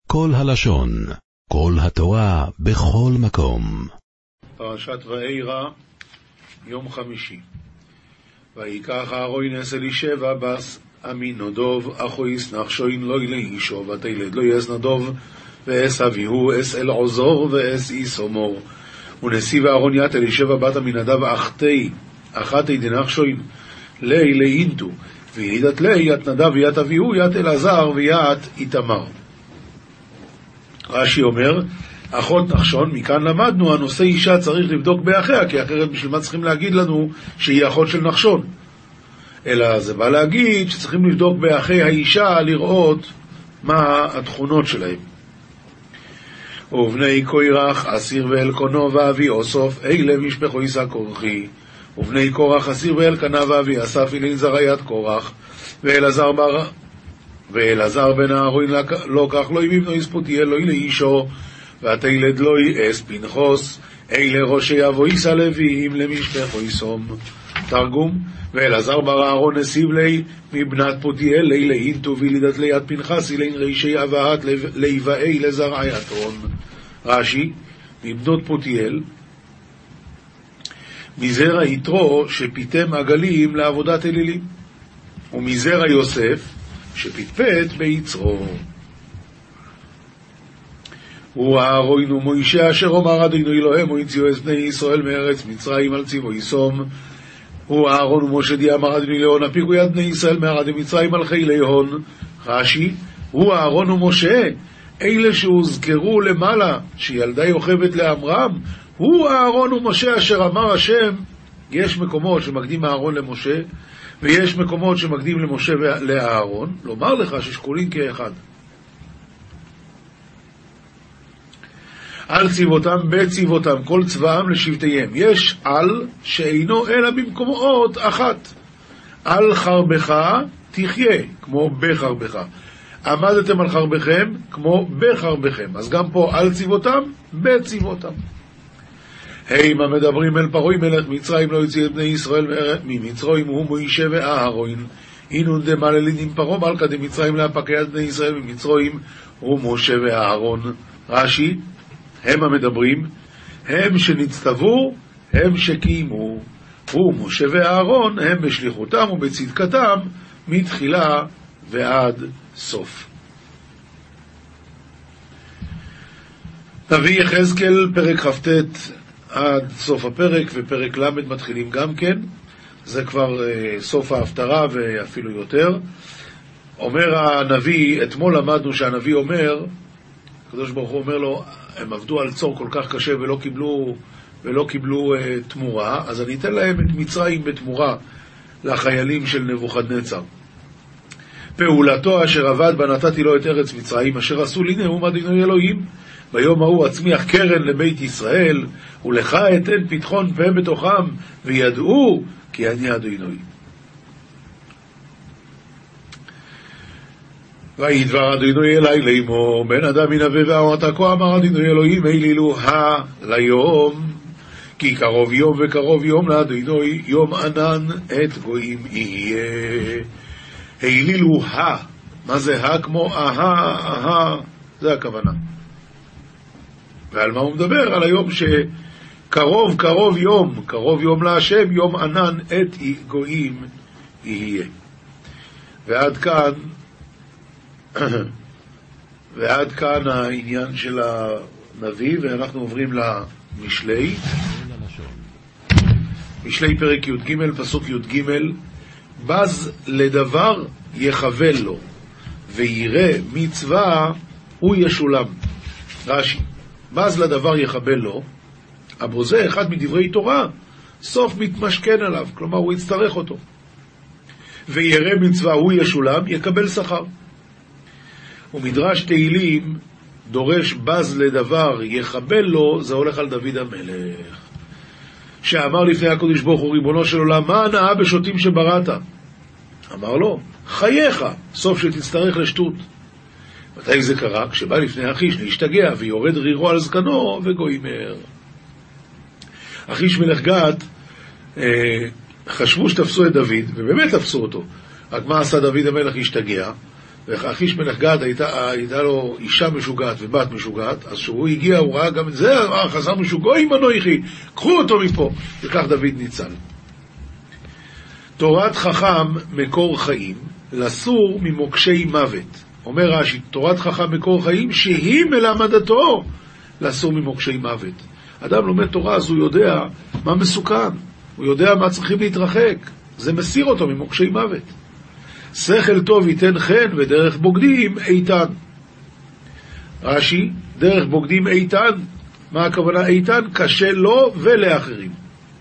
כל הלשון, כל התורה, בכל מקום. פרשת וארא, יום חמישי. ויקח אהרון אס אלישבע בס אמינדב אחו ישנח שוין לוי לאישו ותלד לו יס נדב ואס אביהו אס אלעזר ואס איסמור ונשיא אהרון ית אלישבע בת אמינדב אחתי דנח שוין לי לאינטו וילידת לי ית נדב וית אביהו ית אלעזר וית איתמר. רש"י אומר, אחות נחשון, מכאן למדנו, הנושא אישה צריך לבדוק באחיה, כי אחרת בשביל מה צריכים להגיד לנו שהיא אחות של נחשון? אלא זה בא להגיד שצריכים לבדוק באחי האישה, לראות מה התכונות שלהם. ובני קורח, אסיר ואלקונו ואבי אוסוף, אלה משפחו ישא קורחי. ובני קורח, אסיר ואלקנה ואבי אסף אילין זריית קורח, ואלעזר בן אהרון לא כך לא יביבנו יספותיאל לא לאישו ותלד לו אס פנחוס אלה ראשי אבויס הלוויים למשפחו יסום. תרגום, ואלעזר בר אהרון נסיב לי מבנת פותיאל לי לאינטו ולידת ליד פנחס אילין ראשי אבהת להיבאי לזרעי אתון. רש"י, מבנות פותיאל מזרע יתרו שפיתם עגלים לעבודת אלילים, ומזרע יוסף שפטפט ביצרו. הוא אהרון ומוישה אשר אומר אדוני אלוהים הוציאו את בני ישראל מארץ מצרים על ציוו יסום. הוא אהרון ומשה די אמר אדוני אלוהים הפיקו יד בני ישראל מארץ מצרים על חילי הון. רש"י, הוא אהרון ומשה אלה שהוזכרו למעלה שילדה יוכבת לאמרם, הוא אהרון ומשה אשר אמר השם. יש מקומות שמקדים אהרון למשה ויש מקומות שמקדים למשה ולאהרון, לומר לך ששקולים כאחד. על צבאותם בצבאותם כל צבאם לשבטיהם. יש על שאינו אלא במקומות אחת. על חרבך תחיה, כמו בחרבך. עמדתם על חרבכם, כמו בחרבכם. אז גם פה על צבאותם בצבאותם. הימה מדברים אל פרעה מלך מצרים לא יוציא את בני ישראל ממצרים הוא מוישה ואהרון. אינון דמללין עם פרעה מלכה דמצרים להפקי את בני ישראל ממצרים הוא משה ואהרון. רש"י, הם המדברים, הם שנצטוו, הם שקיימו. הוא משה ואהרון, הם בשליחותם ובצדקתם מתחילה ועד סוף. נביא יחזקאל פרק כ"ט עד סוף הפרק, ופרק למד מתחילים גם כן. זה כבר סוף ההפטרה ואפילו יותר. אומר הנביא, אתמול למדנו שהנביא הקדוש ברוך הוא אומר לו, הם עבדו על צור כל כך קשה ולא קיבלו תמורה, אז אני אתן להם את מצרים בתמורה לחיילים של נבוכדנצר. פעולתו אשר עבד בה נתתי לו את ארץ מצרים, אשר עשו לי נאום אדוני אלוהים. ביום ההוא אצמיח קרן לבית ישראל, ולך אתן פתחון פה בתוכם, וידעו כי אני אדוני. וידבר אדוני אלי לאמור, בן אדם ינבא ואמרת כה אמר אדוני אלוהים, העלילו ליום, כי קרוב יום וקרוב יום לאדוני, יום ענן את גויים יהיה. העלילו מה זה כמו זה הכוונה. ועל מה הוא מדבר? על היום שקרוב יום להשם, יום ענן את גויים יהיה. ועד כאן העניין של הנביא, ואנחנו עוברים למשלי. משלי פרק י"ג פסוק י"ג, בז לדבר יחבל לו ויראה מצווה הוא ישולם. רש"י, בז לדבר יחבל לו, הבוזה אחד מדברי תורה, סוף מתמשכן עליו, כלומר הוא יצטרך אותו. ויראה מצווה הוא ישולם, יקבל שכר. ומדרש תהילים דורש בז לדבר יחבל לו, זה הולך על דוד המלך, שאמר לפני הקדוש ברוך הוא, ריבונו של עולם, מה הנאה בשוטים שבראת? אמר לו, חייך, סוף שתצטרך לשטות. מתי זה קרה? כשבא לפני אחיש להשתגע ויורד רירו על זקנו וגוימר. אחיש מלך גת חשבו שתפסו את דוד, ובאמת תפסו אותו. רק מה עשה דוד המלך? השתגע, ואחיש מלך גד הייתה לו אישה משוגעת ובת משוגעת, אז כשהוא הגיע הוא ראה גם את זה, חזר משוגעים אנוכי, קחו אותו מפה, וכך דוד ניצל. תורת חכם מקור חיים, לסור ממוקשי מוות. אומר רש"י, תורת חכם מקור חיים שהיא מלמדתו לסור ממוקשי מוות. אדם לומד תורה אז הוא יודע מה מסוכן, הוא יודע מה צריכים להתרחק, זה מסיר אותו ממוקשי מוות. שכל טוב ייתן חן ודרך בוגדים איתן. רש"י, דרך בוגדים איתן, מה הכוונה איתן? קשה לו ולאחרים.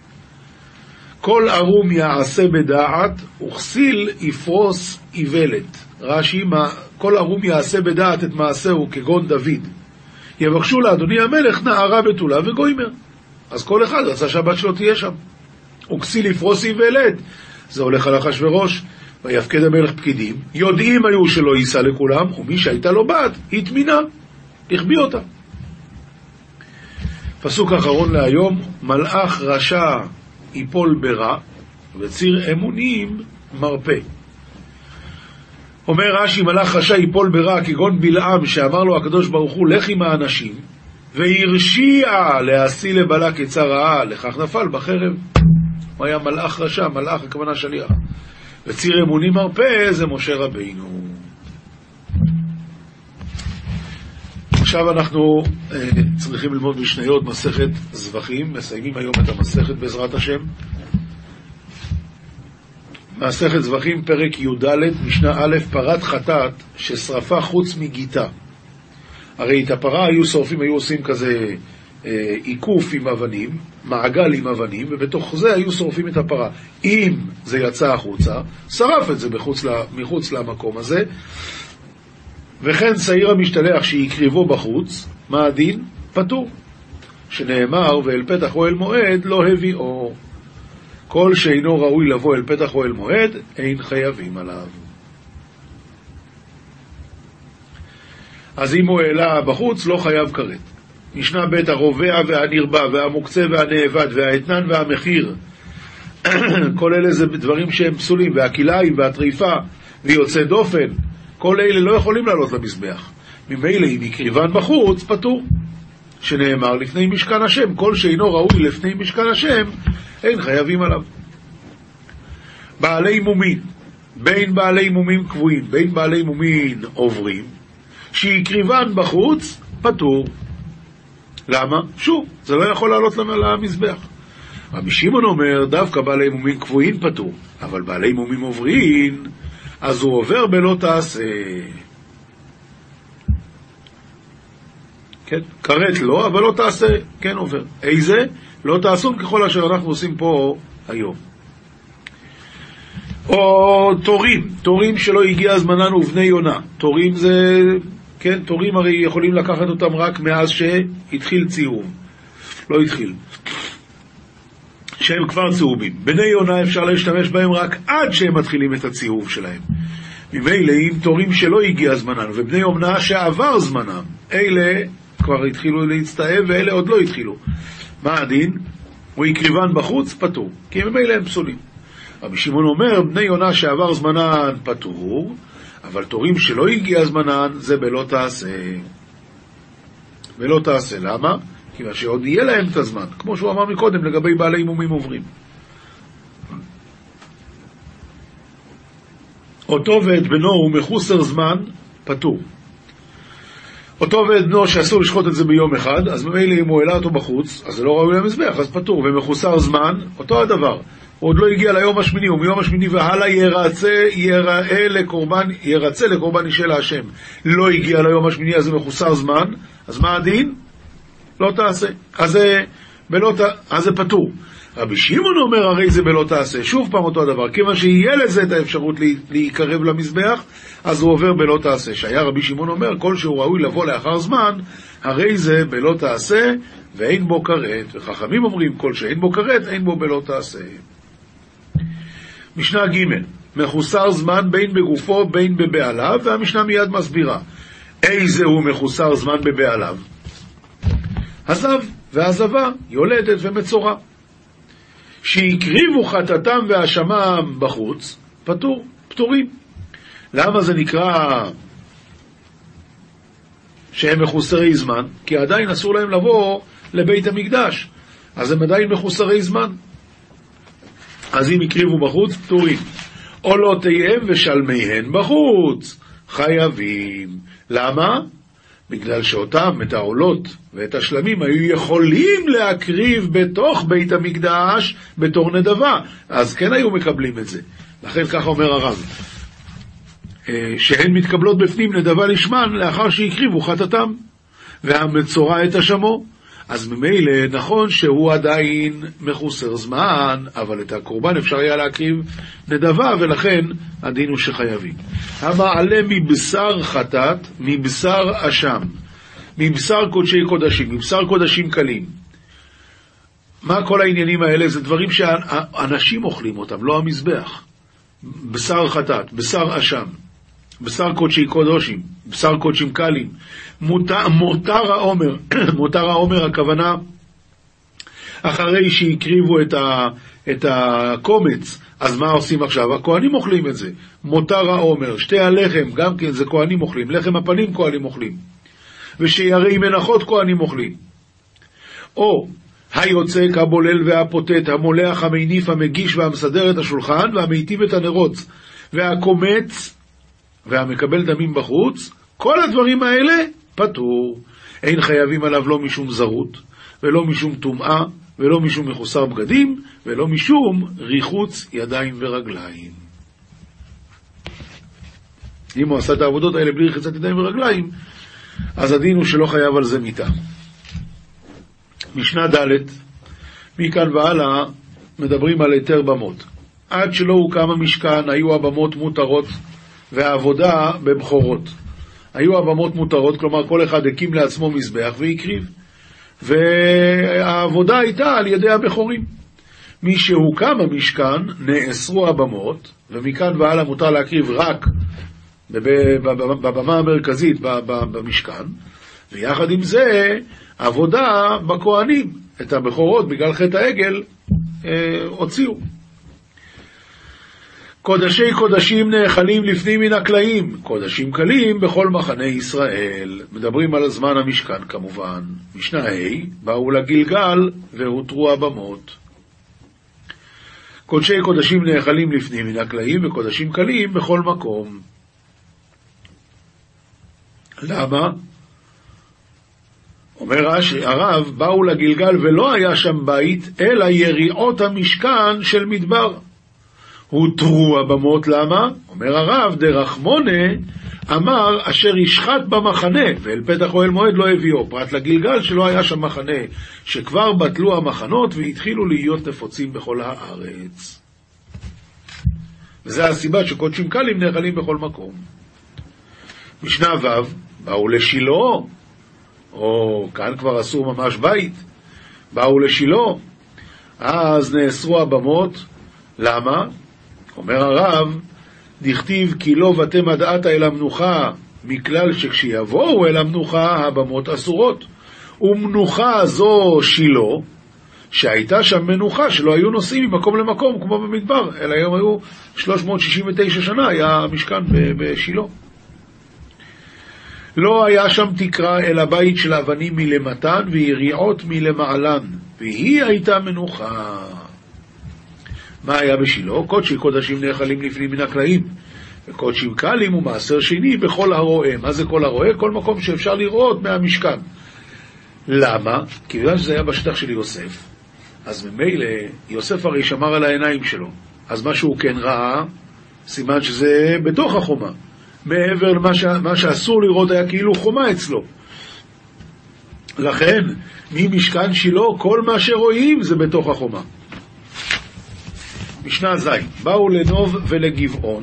כל ערום יעשה בדעת וכסיל יפרוס איוולת. רש"י, כל ערום יעשה בדעת את מעשהו כגון דוד. יבקשו לאדוני המלך נערה בתולה וגוימר. אז כל אחד רצה שהבת שלו תהיה שם. וכסיל יפרוס איוולת, זה הולך על אחשוורוש. ויפקד המלך פקידים, יודעים היו שלא יישא לכולם, ומי שהייתה לו בת, התמינה, הכביא אותה. פסוק אחרון להיום, מלאך רשע ייפול ברע, וציר אמונים מרפא. אומר רש"י, מלאך רשע ייפול ברע, כגון בלעם שאמר לו הקדוש ברוך הוא, לך עם האנשים, והרשיע להשיא לבלק עצה רעה, לכך נפל בחרב. הוא היה מלאך רשע, מלאך הכוונה שליח. וציר אמונים מרפא זה משה רבינו. עכשיו אנחנו צריכים ללמוד משניות מסכת זבחים, מסיימים היום את המסכת בעזרת השם. מסכת זבחים פרק י"ד משנה א', פרת חטאת ששרפה חוץ מגיטה. הרי את הפרה היו שורפים, היו עושים כזה עיקוף עם אבנים, מעגל עם אבנים, ובתוך זה היו שורפים את הפרה. אם זה יצא החוצה, שרף את זה מחוץ למקום הזה. וכן שעיר המשתלח שיקריבו בחוץ, מה הדין? פטור. שנאמר, ואל פתח אוהל מועד לא הביאו. כל שאינו ראוי לבוא אל פתח אוהל מועד, אין חייבים עליו. אז אם הוא העלה בחוץ, לא חייב כרת. משנה בית הרובע והנרבע והמוקצה והנאבד והאתנן והמחיר, כל אלה זה דברים שהם פסולים, והקיליים והטריפה ויוצא דופן, כל אלה לא יכולים לעלות למזבח. ממילא אם יקריבן בחוץ, פטור. שנאמר לפני משכן השם, כל שאינו ראוי לפני משכן השם, אין חייבים עליו. בעלי מומין, בין בעלי מומים קבועים, בין בעלי מומין עוברים, שיקריבן בחוץ, פטור. למה? שוב, זה לא יכול לעלות למזבח. רבי שמעון אומר, דווקא בעלי מומים קבועים פטור, אבל בעלי מומים עוברים, אז הוא עובר בלא תעשה. כן, כרת לא, אבל לא תעשה, כן עובר. איזה? לא תעשו ככל אשר אנחנו עושים פה היום. או תורים שלא הגיע זמנן ובני יונה. תורים זה, כן, תורים הרי יכולים לקחת אותם רק מאז שהתחיל ציוב. לא התחיל. שהם כבר צהובים. בני יונה אפשר להשתמש בהם רק עד שהם מתחילים את הציוב שלהם. ממילא אם תורים שלא הגיע זמנן ובני יונה שעבר זמנם, אלה כבר התחילו להצטעב ואלה עוד לא התחילו. מה הדין? הוא יקריבן בחוץ, פטור, כי ממילא הם פסולים. רבי שמעון אומר, בני יונה שעבר זמנן פטור, אבל תורים שלא הגיע זמנן זה בלא תעשה. בלא תעשה, למה? כי שעוד יהיה להם את הזמן, כמו שהוא אמר מקודם לגבי בעלי מומים עוברים. אותו ואת בנו הוא מחוסר זמן, פטור. אותו ואת בנו שאסור לשחוט את זה ביום אחד, אז ממילא אם הוא העלה אותו בחוץ, אז זה לא ראוי למזבח, אז פטור. ומחוסר זמן, אותו הדבר. הוא עוד לא הגיע ליום השמיני, ומיום השמיני והלאה ירצה לקורבן אישה להשם. לא הגיע ליום השמיני, אז זה מחוסר זמן, אז מה הדין? לא תעשה. אז זה פטור. רבי שמעון אומר, הרי זה בלא תעשה. שוב פעם אותו הדבר. כיוון שיהיה לזה את האפשרות להיקרב למזבח, אז הוא עובר בלא תעשה. שהיה רבי שמעון אומר, כל שהוא ראוי לבוא לאחר זמן, הרי זה בלא תעשה, ואין בו כרת. וחכמים אומרים, כל שאין בו כרת, אין בו בלא תעשה. משנה ג' מחוסר זמן בין בגופו בין בבעליו, והמשנה מיד מסבירה. איזה הוא מחוסר זמן בבעליו? הזב והזבה, יולדת ומצורע. שיקריבו חטאתם והאשמם בחוץ, פטורים. למה זה נקרא שהם מחוסרי זמן? כי עדיין אסור להם לבוא לבית המקדש, אז הם עדיין מחוסרי זמן. אז אם הקריבו בחוץ, פטורים. עולותיהם ושלמיהן בחוץ, חייבים. למה? בגלל שאותם, את העולות ואת השלמים, היו יכולים להקריב בתוך בית המקדש בתור נדבה. אז כן היו מקבלים את זה. לכן כך אומר הרב, שהן מתקבלות בפנים נדבה לשמן לאחר שהקריבו חטאתם, והמצורע את אשמו. אז ממילא נכון שהוא עדיין מחוסר זמן, אבל את הקורבן אפשר היה להקריב נדבה, ולכן הדין הוא שחייבים. המעלה מבשר חטאת, מבשר אשם, מבשר קודשי קודשים, מבשר קודשים קלים. מה כל העניינים האלה? זה דברים שאנשים אוכלים אותם, לא המזבח. בשר חטאת, בשר אשם, בשר קודשי קודשים, בשר קודשים קלים. מותר העומר, מותר העומר הכוונה אחרי שהקריבו את הקומץ, אז מה עושים עכשיו? הכהנים אוכלים את זה. מותר העומר, שתי הלחם, גם כן זה כהנים אוכלים, לחם הפנים כהנים אוכלים, ושירי מנחות כהנים אוכלים. או היוצא כבולל והפוטט, המולח, המניף, המגיש והמסדר את השולחן והמיטיב את הנרות, והקומץ והמקבל דמים בחוץ, כל הדברים האלה פטור. אין חייבים עליו לא משום זרות, ולא משום טומאה, ולא משום מחוסר בגדים, ולא משום ריחוץ ידיים ורגליים. אם הוא עשה את העבודות האלה בלי רחיצת ידיים ורגליים, אז הדין הוא שלא חייב על זה מיתה. משנה ד', מכאן והלאה מדברים על היתר במות. עד שלא הוקם המשכן היו הבמות מותרות, והעבודה בבחורות. היו הבמות מותרות, כלומר כל אחד הקים לעצמו מזבח והקריב, והעבודה הייתה על ידי הבחורים. מי שהוקם המשכן נאסרו הבמות, ומכאן והלאה מותר להקריב רק בבמה המרכזית במשכן, ויחד עם זה עבודה בכהנים. את הבחורות בגלל חטא העגל הוציאו. קודשי קודשים נאכלים לפנים מן הקלעים, קודשים קלים בכל מחנה ישראל. מדברים על זמן המשכן כמובן. משנה ה', באו לגלגל והותרו הבמות. קודשי קודשים נאכלים לפנים מן הקלעים וקודשים קלים בכל מקום. למה? אומר הרב, באו לגלגל ולא היה שם בית, אלא יריעות המשכן של מדבר. הותרו הבמות, למה? אומר הרב, דרחמונה אמר אשר ישחט במחנה, ואל פתח אוהל מועד לא הביאו, פרט לגלגל שלא היה שם מחנה, שכבר בטלו המחנות והתחילו להיות נפוצים בכל הארץ. וזה הסיבה שקודשים קלים נאכלים בכל מקום. משנה ו', באו לשילה, או כאן כבר עשו ממש בית, באו לשילה, אז נאסרו הבמות. למה? אומר הרב, דכתיב כי לא ואתם הדעת אל המנוחה, מכלל שכשיבואו אל המנוחה הבמות אסורות. ומנוחה זו שילה, שהייתה שם מנוחה שלא היו נוסעים ממקום למקום כמו במדבר, אלא היום היו 369 שנה היה המשכן בשילה. לא היה שם תקרה אלא בית של אבנים מלמתן ויריעות מלמעלן, והיא הייתה מנוחה. מה היה בשילה? קודשי קודשים נאכלים לפנים מן הקלעים, וקודשים קלים הוא מעשר שני בכל הרואה. מה זה כל הרואה? כל מקום שאפשר לראות מהמשכן. למה? כי בגלל שזה היה בשטח של יוסף, אז ממילא יוסף הרי שמר על העיניים שלו, אז מה שהוא כן ראה, סימן שזה בתוך החומה. מעבר למה שאסור לראות היה כאילו חומה אצלו. לכן ממשכן שילה כל מה שרואים זה בתוך החומה. משנה ז', באו לנוב ולגבעון.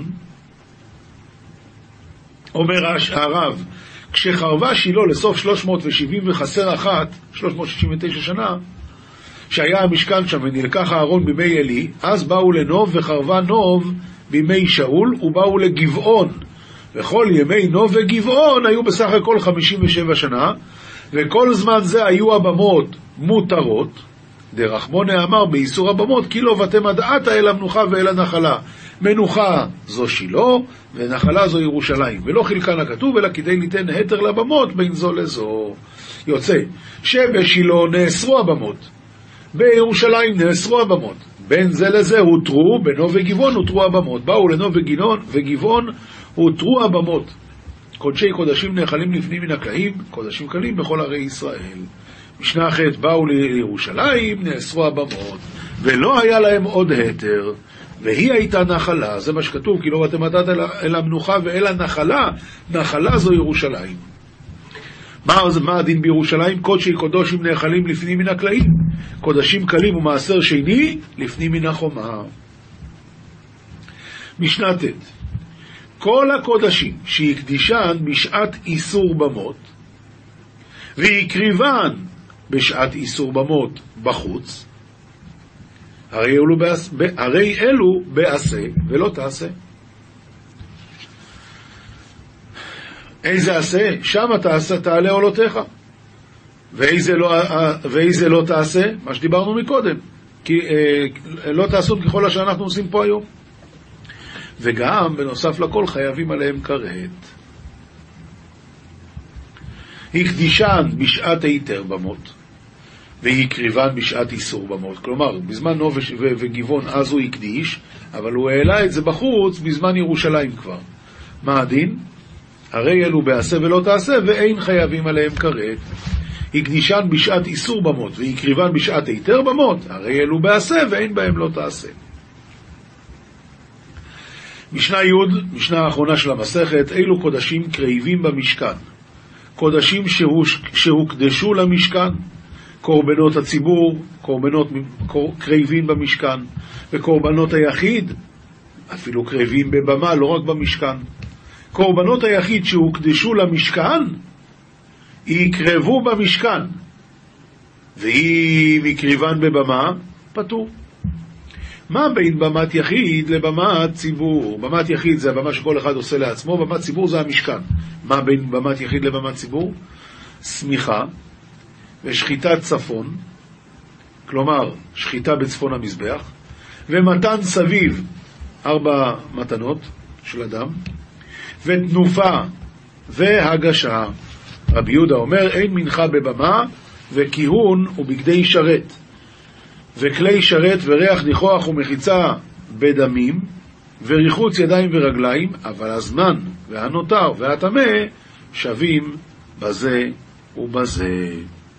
אומר הרב, כשחרבה שילה לסוף 370 וחסר אחת, 369 שנה, שהיה המשכן שם ונלקח הארון בימי אלי, אז באו לנוב וחרבה נוב בימי שאול, ובאו לגבעון. וכל ימי נוב וגבעון היו בסך הכל 57 שנה, וכל זמן זה היו הבמות מותרות. דרחמונה אמר באיסור הבמות כי לא ואתם הדעת אל המנוחה ואל הנחלה. מנוחה זו שילה, ונחלה זו ירושלים. ולא חילקן הכתוב, אלא כדי ליתן היתר לבמות בין זו לזו. יוצא שבשילה נאסרו הבמות, בירושלים נאסרו הבמות. בין זה לזה הותרו, בנו וגבעון הותרו הבמות. באו לנו וגבעון הותרו הבמות. קודשי קודשים נאכלים לפנים מן הקלעים, קודשים קלים בכל ערי ישראל. משנה אחת, באו לירושלים, נאסרו הבמות, ולא היה להם עוד היתר, והיא הייתה נחלה. זה מה שכתוב, כי לא באתם לתת אל המנוחה ואל הנחלה. נחלה זו ירושלים. מה הדין בירושלים? קודשי קודשים נאכלים לפנים מן הקלעים, קודשים קלים ומעשר שני לפנים מן החומה. משנה ט', כל הקודשים שהקדישן בשעת איסור במות והקריבן בשעת איסור במות בחוץ, הרי אלו בעשה ולא תעשה. איזה עשה? שם תעשה תעלה עולותיך, ואיזה לא תעשה? מה שדיברנו מקודם, כי לא תעשו ככל אשר אנחנו עושים פה היום. וגם בנוסף לכל חייבים עליהם כרת. הקדישן בשעת היתר במות והקריבן בשעת איסור במות. כלומר, בזמן נו וגבעון אז הוא הקדיש, אבל הוא העלה את זה בחוץ בזמן ירושלים כבר. מה הדין? הרי אלו בעשה ולא תעשה, ואין חייבים עליהם כרת. הקדישן בשעת איסור במות והקריבן בשעת היתר במות, הרי אלו בעשה ואין בהם לא תעשה. משנה י', משנה האחרונה של המסכת, אילו קודשים קרבים במשכן, קודשים שהוקדשו למשכן, קורבנות הציבור, קורבנות קרבים במשכן, וקורבנות היחיד, אפילו קרבים בבמה, לא רק במשכן. קורבנות היחיד שהוקדשו למשכן, יקרבו במשכן, ואם יקריבן בבמה, פטור. מה בין במת יחיד לבמת ציבור? במת יחיד זה הבמה שכל אחד עושה לעצמו, במת ציבור זה המשכן. מה בין במת יחיד לבמת ציבור? סמיכה ושחיטת צפון, כלומר שחיטה בצפון המזבח, ומתן סביב 4 מתנות של אדם, ותנופה והגשה. רבי יהודה אומר, אין מנחה בבמה וכיהון ובגדי שרת, וכלי שרת וריח ניחוח ומחיצה בדמים, וריחוץ ידיים ורגליים, אבל הזמן והנותר והטמא שווים בזה ובזה.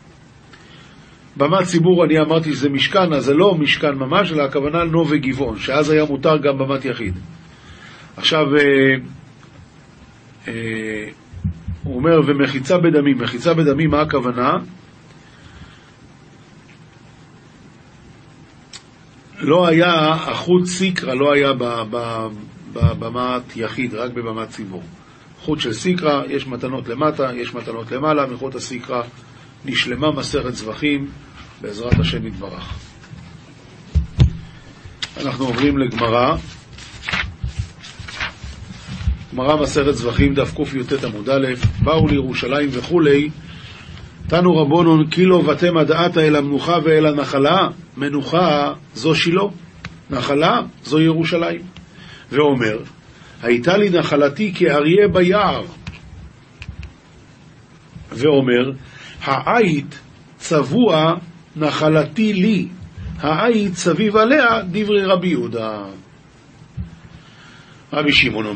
במת ציבור אני אמרתי שזה משכן, אז זה לא משכן ממש, אלא הכוונה נו וגבעון, שאז היה מותר גם במת יחיד. עכשיו הוא אומר, ומחיצה בדמים. מחיצה בדמים, מה הכוונה? לא היה, החוט סיקרה לא היה בבמת יחיד, רק בבמת ציבור. חוט של סיקרה, יש מתנות למטה, יש מתנות למעלה, מחוט הסיקרה נשלמה מסכת זבחים, בעזרת השם יתברך. אנחנו עוברים לגמרא. גמרא מסכת זבחים, דף ק"ט עמוד א', באו לירושלים וכולי, תנו רבונון קילו ואתם הדעת אל המנוחה ואל הנחלה, מנוחה זו שילה, נחלה זו ירושלים. ואומר, הייתה לי נחלתי כאריה ביער. ואומר, העית צבוע נחלתי לי, העית סביב עליה דברי רבי יהודה. רבי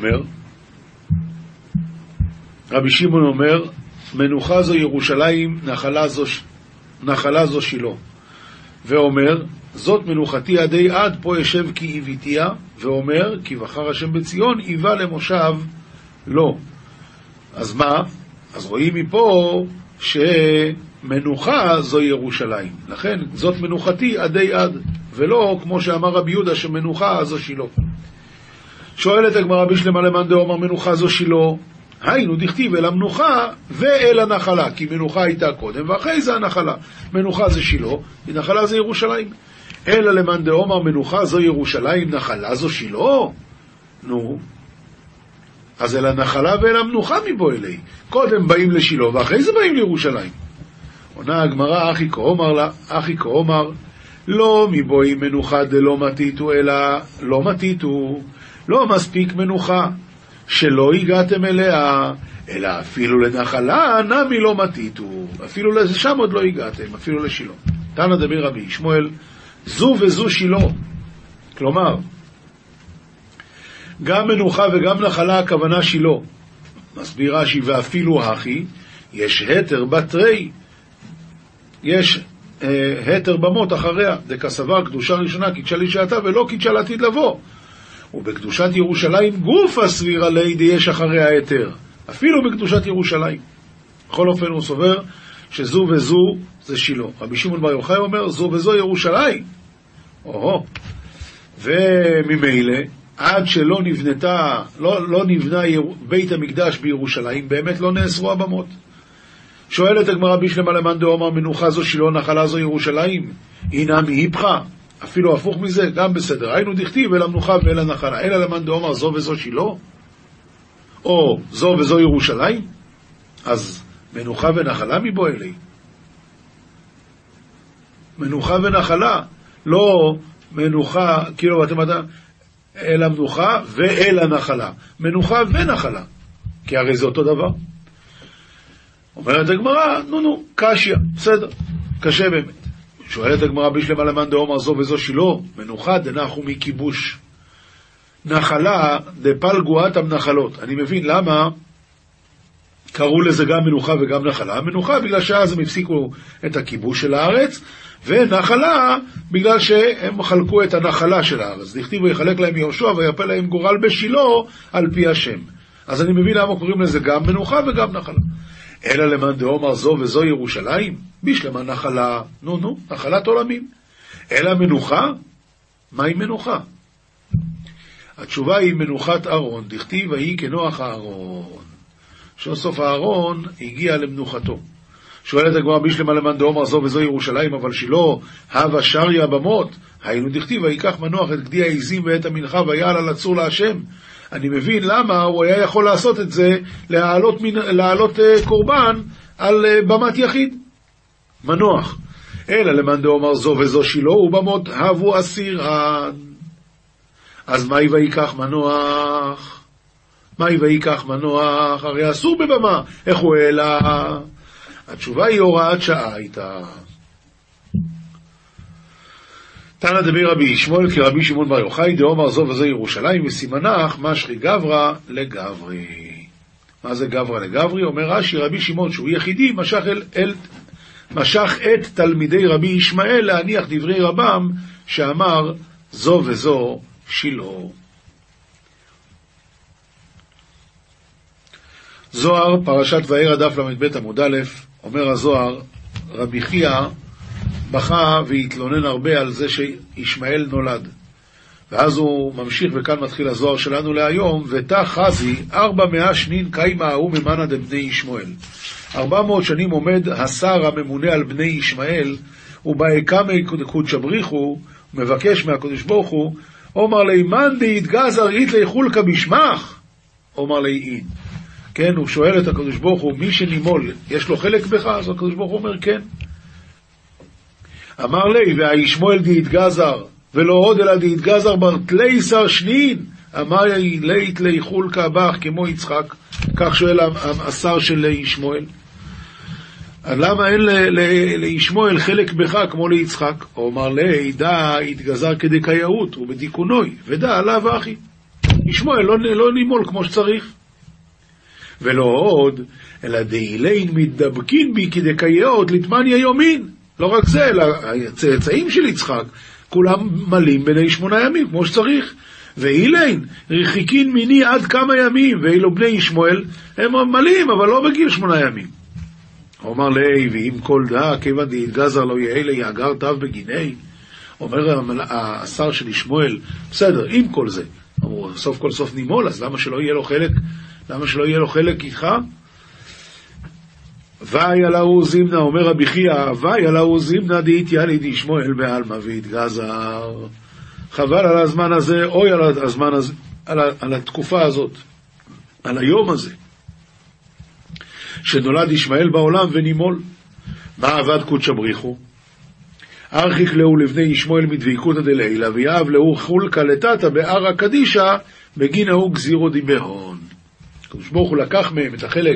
שמעון אומר, מנוחה זו ירושלים, נחלה זו שילה. ואומר, זאת מנוחתי עדי עד, פה ישב כי איביתיה. ואומר, כי בחר השם בציון, איבה למושב לא. אז מה? אז רואים מפה שמנוחה זו ירושלים. לכן, זאת מנוחתי עדי עד, ולא כמו שאמר רבי יהודה שמנוחה זו שילה. שואלת הגמרא בשלמה למאן דאמר מנוחה זו שילה, היינו דכתיב אל המנוחה ואל הנחלה, כי מנוחה הייתה קודם ואחרי זה הנחלה. מנוחה זה שילה, נחלה זה ירושלים. אלא למאן דאמר מנוחה זו ירושלים, נחלה זו שילה, נו, אז אל הנחלה ואל המנוחה מבוא אלי. קודם באים לשילה ואחרי זה באים לירושלים. עונה הגמרא, אחי כאומר, לא מבואי מנוחה דלא מתיתו, אלא לא מתיתו, לא מספיק מנוחה שלא הגעתם אליה, אלא אפילו לנחלה נמי לא מתיתו, אפילו לשם עוד לא הגעתם, אפילו לשילה. תנא דבי רבי ישמעאל, זו וזו שילה. כלומר, גם מנוחה וגם נחלה הכוונה שילה. מסביר רש"י, ואפילו הכי, יש התר בתרי, יש התר במות אחריה, דקסבר קדושה ראשונה קידשה לשעתה ולא קידשה לעתיד לבוא. ובקדושת ירושלים גוף הסביר עלי יש אחריה היתר, אפילו בקדושת ירושלים. בכל אופן הוא סובר שזו וזו זה שילה. רבי שמעון בר יוחאי אומר זו וזו ירושלים. וממילא עד שלא נבנתה, לא נבנה בית המקדש בירושלים, באמת לא נאסרו הבמות. שואלת הגמרא בישלמה למאן דאמר מנוחה זו שילה נחלה זו ירושלים, הנה מהיפכה, אפילו הפוך מזה גם בסדר. היינו דכתיב אל המנוחה ואל הנחלה, אלא למאן דאמר זו וזו שילה, או זו וזו ירושלים, אז מנוחה ונחלה מבוא אלי. מנוחה ונחלה, לא מנוחה, כאילו אתם יודעים, אל המנוחה ואל הנחלה, מנוחה ונחלה, כי הרי זה אותו דבר. אומרת הגמרא, נו, קשיא, בסדר, קשה באמת. שואלת הגמרא בישלמה למאן דאמר זו וזו שילה, מנוחה דנחו מכיבוש, נחלה דפלגואת המנחלות. אני מבין למה קראו לזה גם מנוחה וגם נחלה. מנוחה בגלל שאז הם הפסיקו את הכיבוש של הארץ, ונחלה בגלל שהם חלקו את הנחלה של הארץ. דכתיב ויחלק להם יהושע ויפל להם גורל בשילה על פי השם. אז אני מבין למה קוראים לזה גם מנוחה וגם נחלה. אלא למאן דאמר זו וזו ירושלים, בישלמה נחלה, נו, נחלת עולמים. אלא מנוחה, מהי מנוחה? התשובה היא מנוחת אהרון, דכתיב ויהי כנוח אהרון, שסוף אהרון הגיע למנוחתו. שואלת הגמרא בישלמה למאן דאמר זו וזו ירושלים, אבל שילה הווה שריה במות, היינו דכתיב ויקח מנוח את גדי העזים ואת המנחה ויעל על הצור להשם. אני מבין למה הוא היה יכול לעשות את זה, להעלות קורבן על במת יחיד, מנוח. אלא למאן דאמר זו וזו שילה ובמות הבו אסירן. אז מהי ויקח מנוח? מהי ויקח מנוח? הרי אסור בבמה, איך הוא העלה? התשובה היא הוראת שעה הייתה. תנא דבי רבי ישמעאל כרבי שמעון בר יוחאי דאמר זו וזו ירושלים וסימנך משכי גברא לגברי. מה זה גברא לגברי? אומר רש"י, רבי שמעון שהוא יחידי משך את תלמידי רבי ישמעאל להניח דברי רבם שאמר זו וזו שילה. זוהר פרשת וערה דף ל"ב עמוד א', אומר הזוהר, רבי חייא בכה והתלונן הרבה על זה שישמעאל נולד. ואז הוא ממשיך, וכאן מתחיל הזוהר שלנו להיום, ותא חזי 400 שנין קיימה ההוא ממנה דבני ישמעאל. 400 שנים עומד השר הממונה על בני ישמעאל, ובאקמי קודשא בריחו, מבקש מהקדוש ברוך הוא, אומר לי, מן דאיתגזר איתלי חולקא בשמך? אומר לי, אין. כן, הוא שואל את הקדוש ברוך הוא, מי שנימול, יש לו חלק בך? אז הקדוש ברוך הוא אומר, כן. אמר לי, והישמעאל דאיתגזר, ולא עוד אלא דאיתגזר בתלייסר שנין, אמר לי, איתלי חולקא בך כמו יצחק. כך שואל השר של ישמעאל. למה אין לישמעאל חלק בך כמו ליצחק? אומר לי, דא התגזר כדקייאות ובדיכונוי, ודא עליו אחי. ישמעאל לא נימול כמו שצריך. ולא עוד, אלא דאילין מתדבקין בי כדקייאות לתמניה יומין. לא רק זה, אלא הצאצאים של יצחק, כולם מלאים בני 8 ימים כמו שצריך. ואילין רחיקין מיני עד כמה ימים, ואילו בני ישמעאל הם מלאים אבל לא בגיל 8 ימים. אומר לי, ואם כל דא כיוון דאיתגזר לא יהיה ליאגר תו בגיני. אומר השר של ישמעאל, בסדר, עם כל זה, אמרו, סוף כל סוף נימול, אז למה שלא יהיה לו חלק? למה שלא יהיה לו חלק איתך? ואי עלהו זימנה, אומר רבי חייא, ואי עלהו זימנה דאיתיאלי ישמעאל בעלמא ויתגזר. חבל על הזמן הזה, אוי על הזמן הזה, על התקופה הזאת, על היום הזה, שנולד ישמעאל בעולם ונימול. מה עבד קודשא בריחו? ארחיק לאו לבני ישמעאל מדביקותא דלילה, ויאב לאו חולקא לטאטא בערא קדישא בגין ההוא גזירו דיבהון. הקדוש ברוך הוא לקח מהם את החלק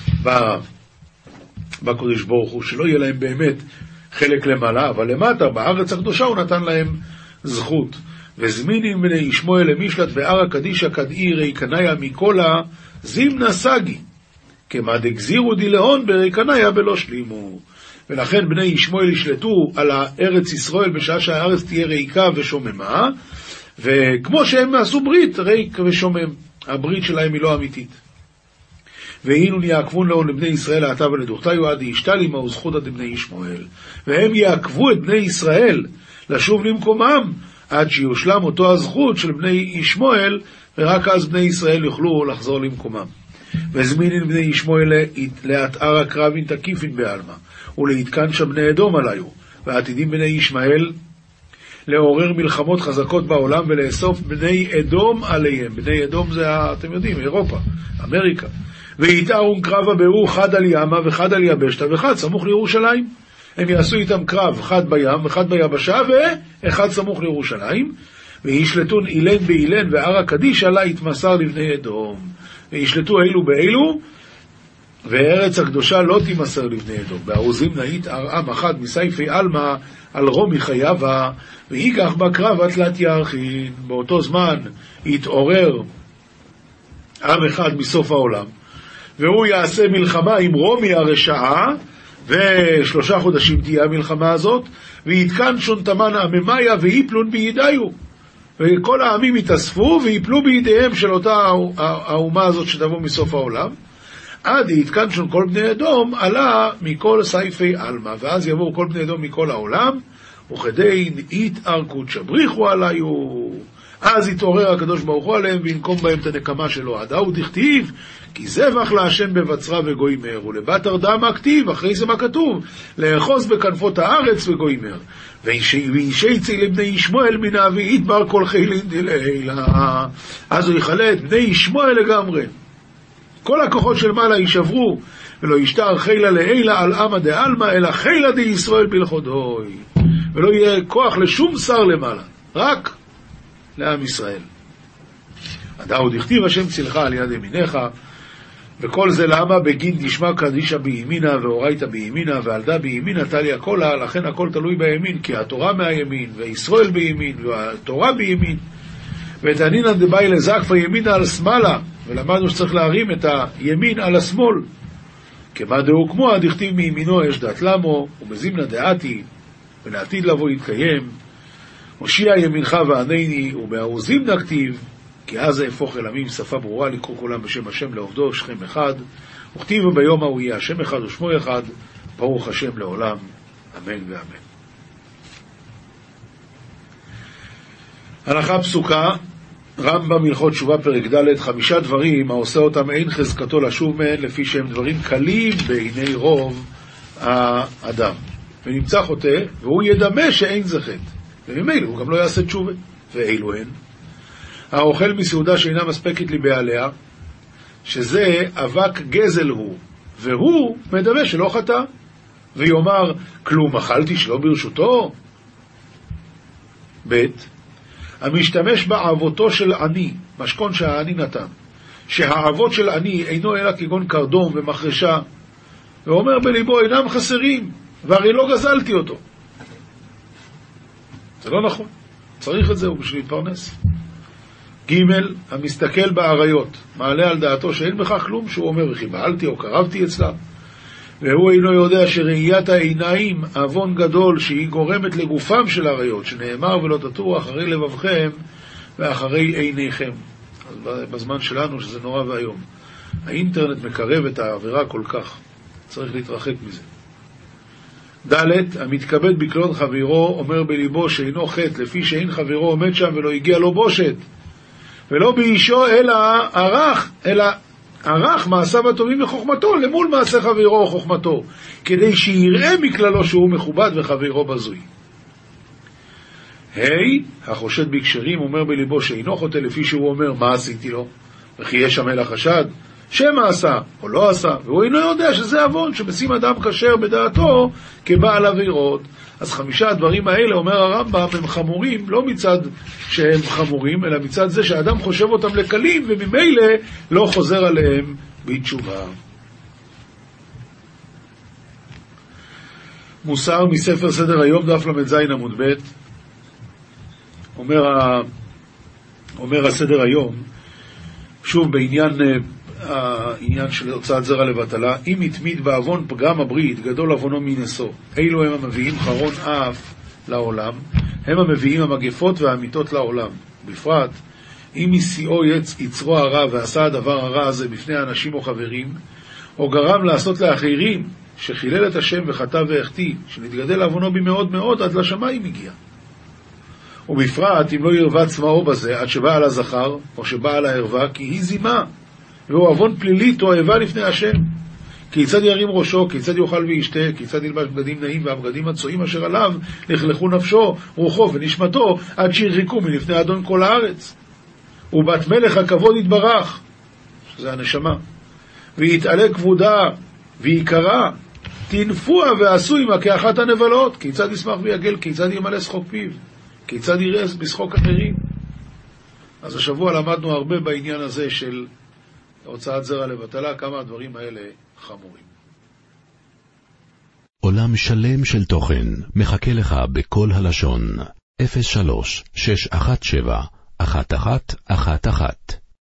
בקדוש ברוך הוא, שלא יהיה להם באמת חלק למעלה, אבל למטה, בארץ הקדושה הוא נתן להם זכות. וזמינים בני ישמעאל למשלט בער הקדישא כדאי ריקניה מקולה זימנה סגי, כמה דגזירו דילהון בריקניה בלא שלימו. ולכן בני ישמעאל ישלטו על הארץ ישראל בשעה שהארץ תהיה ריקה ושוממה, וכמו שהם עשו ברית, ריק ושומם, הברית שלהם היא לא אמיתית. והיינו יעקבון לאון לבני ישראל העתה ולדוכתיו עד ישתל עמו זכות עד בני ישמעאל, והם יעקבו את בני ישראל לשוב למקומם עד שיושלם אותו הזכות של בני ישמעאל, ורק אז בני ישראל יוכלו לחזור למקומם. וזמינין בני ישמעאל להתאר הקרבין תקיפין בעלמא, ולהתקן שם בני אדום עליו, ועתידים בני ישמעאל לעורר מלחמות חזקות בעולם ולאסוף בני אדום עליהם. בני אדום זה, אתם יודעים, אירופה, אמריקה. ויתארון קרבה באו חד על ימה וחד על יבשתה וחד סמוך לירושלים. הם יעשו איתם קרב, אחד בים וחד ביבשה ואחד סמוך לירושלים. וישלטון אילן באילן וער הקדישא לה יתמסר לבני אדום. וישלטו אילו באילו, וארץ הקדושה לא תימסר לבני אדום. בארוזים נאית עם אחד מסייפי אלמה על רומי חייבה, ויגח בקרב התלת ירחין. באותו זמן יתעורר עם אחד מסוף העולם, והוא יעשה מלחמה עם רומי הרשעה, ו3 חודשים תהיה המלחמה הזאת, ויתקן שונתמן עממיה ויפלון בידיו, וכל העמים יתאספו ויפלו בידיהם של אותה האומה הזאת שתבוא מסוף העולם, עד יתקן שון כל בני אדום עלה מכל סייפי אלמה, ואז יבואו כל בני אדום מכל העולם, וכדי יתערקות שבריחו עליו, אז יתעורר הקדוש ברוך הוא עליהם וינקום בהם את הנקמה שלו. עדהו דכתיב כי זבח להשם בבצרה וגוימר, ולבת ארדמה כתיב, אחרי זה מה כתוב? לאחוז בכנפות הארץ וגוימר. וישייצא לבני ישמעאל מן האבי ידבר כל חילין דלילה. אז הוא יכלה את בני ישמעאל לגמרי, כל הכוחות של מעלה יישברו, ולא ישתר חילה לעילה על עמא דעלמא, אלא חילה די ישראל בלכודוי, ולא יהיה כוח לשום שר למעלה, רק לעם ישראל. עדהו דכתיב השם צילך על יד ימיניך. וכל זה למה? בגין דשמע קדישא בימינה ואורייתא בימינה ועלדה בימינה תליא הכל, לכן הכל תלוי בימין, כי התורה מהימין וישראל בימין והתורה בימין. ותנינא דבאי לזקפא ימינה על שמאלה, ולמדנו שצריך להרים את הימין על השמאל. כמה דהו כמוה דכתיב מימינו יש דת למו ומזימנה דעתי, ולעתיד לבוא יתקיים הושיע ימינך וענני, ובארוזים נקטיב כי אז אהפוך אל עמים שפה ברורה לקרוא כולם בשם השם לעובדו שכם אחד, וכתיב ביום ההוא יהיה השם אחד ושמו אחד, ברוך השם לעולם, אמן ואמן. הלכה פסוקה, רמב"ם הלכות תשובה פרק ד' 5 דברים העושה אותם אין חזקתו לשוב מהן, לפי שהם דברים קלים בעיני רוב האדם, ונמצא חוטא והוא ידמה שאין זה חטא, וממילא הוא גם לא יעשה תשובה. ואילו הן האוכל מסעודה שאינה מספקת לי בעליה, שזה אבק גזל הוא, והוא מדמה שלא חטא, ויאמר כלום אכלתי שלא ברשותו. ב' המשתמש בעבותו של עני, משכון שהעני נתן, שהעבות של עני אינו אלא כגון קרדום ומחרשה, ואומר בליבו אינם חסרים, והרי לא גזלתי אותו. זה לא נכון, צריך את זה, הוא בשביל להתפרנס. ג' המסתכל בעריות, מעלה על דעתו שאין בכך כלום, שהוא אומר וחיבלתי או קרבתי אצלה, והוא אינו יודע שראיית העיניים אבון גדול שהיא גורמת לגופם של עריות, שנאמר ולא תטורו אחרי לבבכם ואחרי עיניכם. אז בזמן שלנו שזה נורא והיום, האינטרנט מקרב את העבירה כל כך, צריך להתרחק מזה. ד' המתכבד בקלון חברו, אומר בליבו שאינו חטא, לפי שאין חברו עומד שם ולא הגיע לו בושת, ולא באישו אלא ערך מעשיו הטובים וחוכמתו למול מעשה חברו וחוכמתו, כדי שיראה מכללו שהוא מכובד וחברו בזוי. החושד בקשרים אומר בליבו שאינו חוטא, לפי שהוא אומר מה עשיתי לו, וכי יש שם אל החשד, שמא עשה או לא עשה, והוא אינו יודע שזה עוון שמשים אדם כשר בדעתו כבעל עבירות. אז 5 הדברים האלה, אומר הרמב"ם, הם חמורים, לא מצד שהם חמורים, אלא מצד זה שהאדם חושב אותם לקלים, וממילא לא חוזר עליהם בתשובה. מוסר מספר סדר היום, דף למ"ז עמוד ב'. אומר הסדר היום, שוב בעניין העניין של הוצאת זרע לבטלה, אם התמיד בעוון פגם הברית, גדול עוונו מנשוא. אילו הם המביאים חרון אף לעולם, הם המביאים המגפות והאמיתות לעולם. בפרט, אם משיאו יצרו הרע ועשה הדבר הרע הזה בפני אנשים או חברים, או גרם לעשות לאחרים, שחילל את השם וחטא והחטיא, שנתגדל עוונו במאוד מאוד עד לשמיים הגיע. ובפרט, אם לא ירבה צמאו בזה, עד שבא על הזכר, או שבא על הערווה, כי היא זימה, והוא עוון פלילי תועבה לפני השם. כיצד ירים ראשו, כיצד יאכל וישתה, כיצד ילבש בגדים נעים, והבגדים הצועים אשר עליו, לכלכו נפשו, רוחו ונשמתו, עד שירחקו מלפני אדון כל הארץ. ובת מלך הכבוד יתברך, שזה הנשמה, ויתעלה כבודה, ויקרה, תנפוה ועשו עמה כאחת הנבלות. כיצד ישמח ויגל, כיצד ימלא שחוק פיו, כיצד יראה בשחוק אחרים. אז השבוע למדנו הרבה בעניין הזה של הוצאת זרע לבטלה, כמה הדברים האלה חמורים. עולם שלם של תוכן מחכה לך בכל הלשון. 03-617-1111